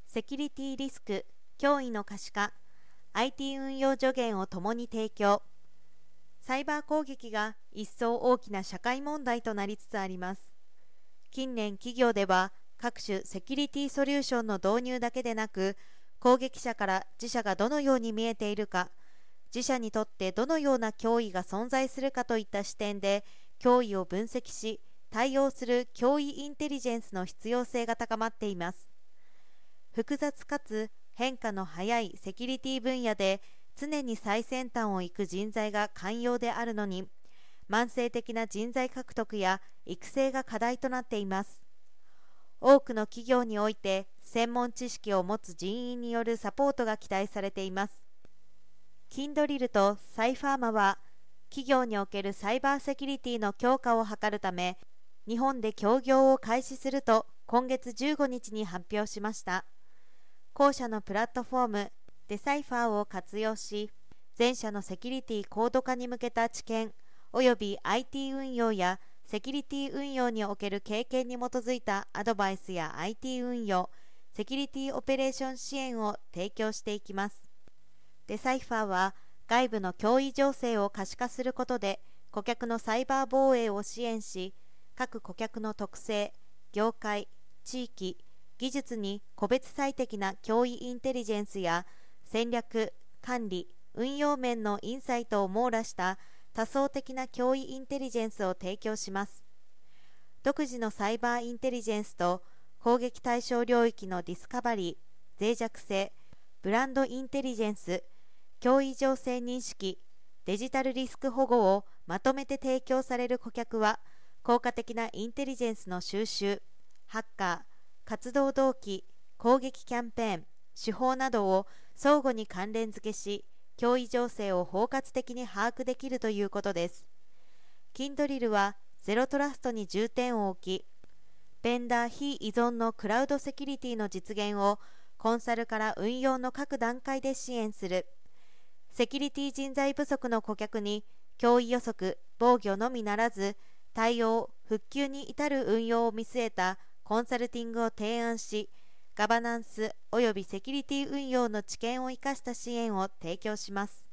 セキュリティリスク、脅威の可視化、IT 運用助言をともに提供。サイバー攻撃が一層大きな社会問題となりつつあります。近年企業では各種セキュリティソリューションの導入だけでなく、攻撃者から自社がどのように見えているか、自社にとってどのような脅威が存在するかといった視点で脅威を分析し対応する脅威インテリジェンスの必要性が高まっています。複雑かつ変化の早いセキュリティ分野で常に最先端を行く人材が寛容であるのに、慢性的な人材獲得や育成が課題となっています。多くの企業において専門知識を持つ人員によるサポートが期待されています。キンドリルとサイファーマは企業におけるサイバーセキュリティの強化を図るため日本で協業を開始すると今月15日に発表しました。後者のプラットフォームデサイファーを活用し、全社のセキュリティ高度化に向けた知見および IT 運用やセキュリティ運用における経験に基づいたアドバイスや IT 運用、セキュリティオペレーション支援を提供していきます。デサイファーは外部の脅威情勢を可視化することで顧客のサイバー防衛を支援し、各顧客の特性、業界、地域、技術に個別最適な脅威インテリジェンスや戦略、管理、運用面のインサイトを網羅した多層的な脅威インテリジェンスを提供します。独自のサイバーインテリジェンスと攻撃対象領域のディスカバリー、脆弱性、ブランドインテリジェンス、脅威情勢認識、デジタルリスク保護をまとめて提供される顧客は、効果的なインテリジェンスの収集、ハッカー、活動動機、攻撃キャンペーン、手法などを相互に関連付けし、脅威情勢を包括的に把握できるということです。キンドリルはゼロトラストに重点を置き、ベンダー非依存のクラウドセキュリティの実現をコンサルから運用の各段階で支援する。セキュリティ人材不足の顧客に脅威予測、防御のみならず対応・復旧に至る運用を見据えたコンサルティングを提案し、ガバナンスおよびセキュリティ運用の知見を生かした支援を提供します。